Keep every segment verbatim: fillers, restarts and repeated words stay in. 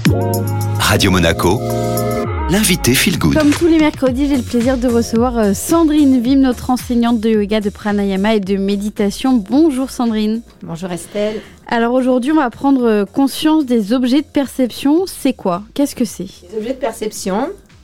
Radio Monaco, l'invité Feel Good. Comme tous les mercredis, j'ai le plaisir de recevoir Sandrine Vim, notre enseignante de yoga, de pranayama et de méditation. Bonjour Sandrine. Bonjour Estelle. Alors aujourd'hui, on va prendre conscience des objets de perception. C'est quoi ? Qu'est-ce que c'est ? Les objets de perception,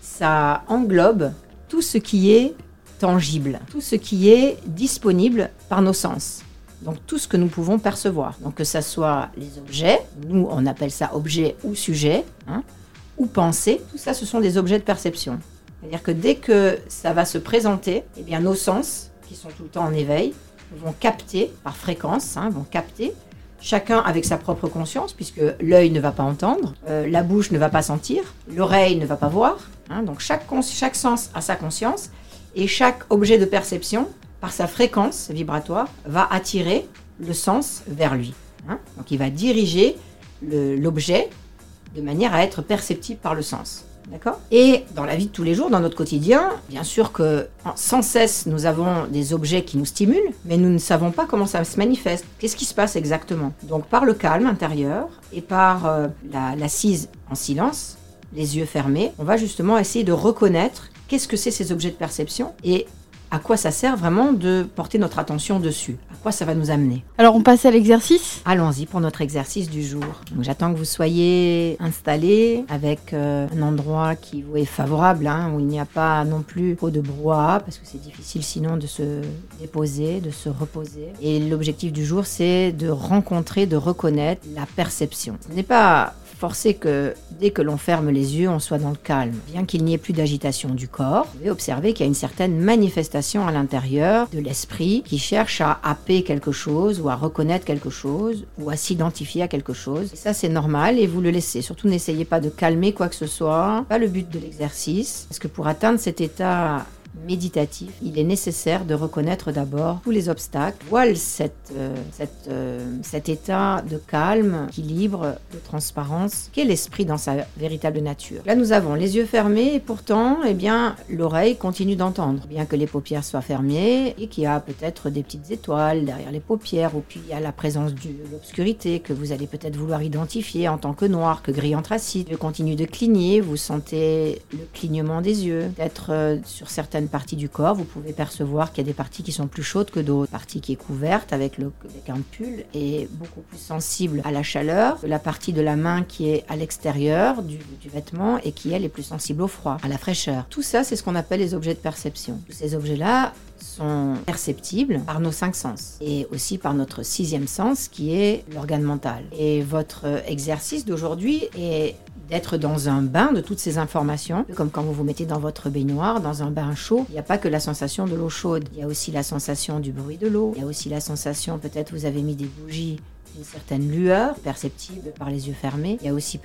ça englobe tout ce qui est tangible, tout ce qui est disponible par nos sens. Donc tout ce que nous pouvons percevoir. Donc que ça soit les objets, nous on appelle ça objet ou sujet, hein, ou pensée, tout ça ce sont des objets de perception. C'est-à-dire que dès que ça va se présenter, eh bien nos sens, qui sont tout le temps en éveil, vont capter par fréquence, hein, vont capter, chacun avec sa propre conscience, puisque l'œil ne va pas entendre, euh, la bouche ne va pas sentir, l'oreille ne va pas voir, hein, donc chaque, cons- chaque sens a sa conscience, et chaque objet de perception, par sa fréquence vibratoire, va attirer le sens vers lui. Hein. Donc il va diriger le, l'objet de manière à être perceptible par le sens. D'accord ? Et dans la vie de tous les jours, dans notre quotidien, bien sûr que sans cesse nous avons des objets qui nous stimulent, mais nous ne savons pas comment ça se manifeste. Qu'est-ce qui se passe exactement ? Donc par le calme intérieur et par euh, la, l'assise en silence, les yeux fermés, on va justement essayer de reconnaître qu'est-ce que c'est ces objets de perception et à quoi ça sert vraiment de porter notre attention dessus. À quoi ça va nous amener. Alors on passe à l'exercice ? Allons-y pour notre exercice du jour. Donc, j'attends que vous soyez installés avec euh, un endroit qui vous est favorable, hein, où il n'y a pas non plus trop de brouhaha, parce que c'est difficile sinon de se déposer, de se reposer. Et l'objectif du jour, c'est de rencontrer, de reconnaître la perception. Ce n'est pas forcé que dès que l'on ferme les yeux, on soit dans le calme. Bien qu'il n'y ait plus d'agitation du corps, vous pouvez observer qu'il y a une certaine manifestation à l'intérieur de l'esprit qui cherche à happer quelque chose ou à reconnaître quelque chose ou à s'identifier à quelque chose. Et ça, c'est normal et vous le laissez. Surtout, n'essayez pas de calmer quoi que ce soit. Pas le but de l'exercice. Parce que pour atteindre cet état méditatif, il est nécessaire de reconnaître d'abord tous les obstacles, voile cette, euh, cette, euh, cet état de calme, d'équilibre, de transparence, qu'est l'esprit dans sa véritable nature. Là, nous avons les yeux fermés et pourtant, eh bien, l'oreille continue d'entendre, bien que les paupières soient fermées et qu'il y a peut-être des petites étoiles derrière les paupières, ou puis il y a la présence de l'obscurité que vous allez peut-être vouloir identifier en tant que noir, que gris anthracite. Les yeux continuent de cligner, vous sentez le clignement des yeux, peut-être euh, sur certaines parties du corps, vous pouvez percevoir qu'il y a des parties qui sont plus chaudes que d'autres. La partie qui est couverte avec, le, avec un pull est beaucoup plus sensible à la chaleur que la partie de la main qui est à l'extérieur du, du vêtement et qui, elle, est plus sensible au froid, à la fraîcheur. Tout ça, c'est ce qu'on appelle les objets de perception. Tous ces objets-là sont perceptibles par nos cinq sens et aussi par notre sixième sens qui est l'organe mental. Et votre exercice d'aujourd'hui est d'être dans un bain de toutes ces informations, comme quand vous vous mettez dans votre baignoire, dans un bain chaud. Il n'y a pas que la sensation de l'eau chaude, il y a aussi la sensation du bruit de l'eau, il y a aussi la sensation, peut-être vous avez mis des bougies, une certaine lueur perceptible par les yeux fermés. Il y a aussi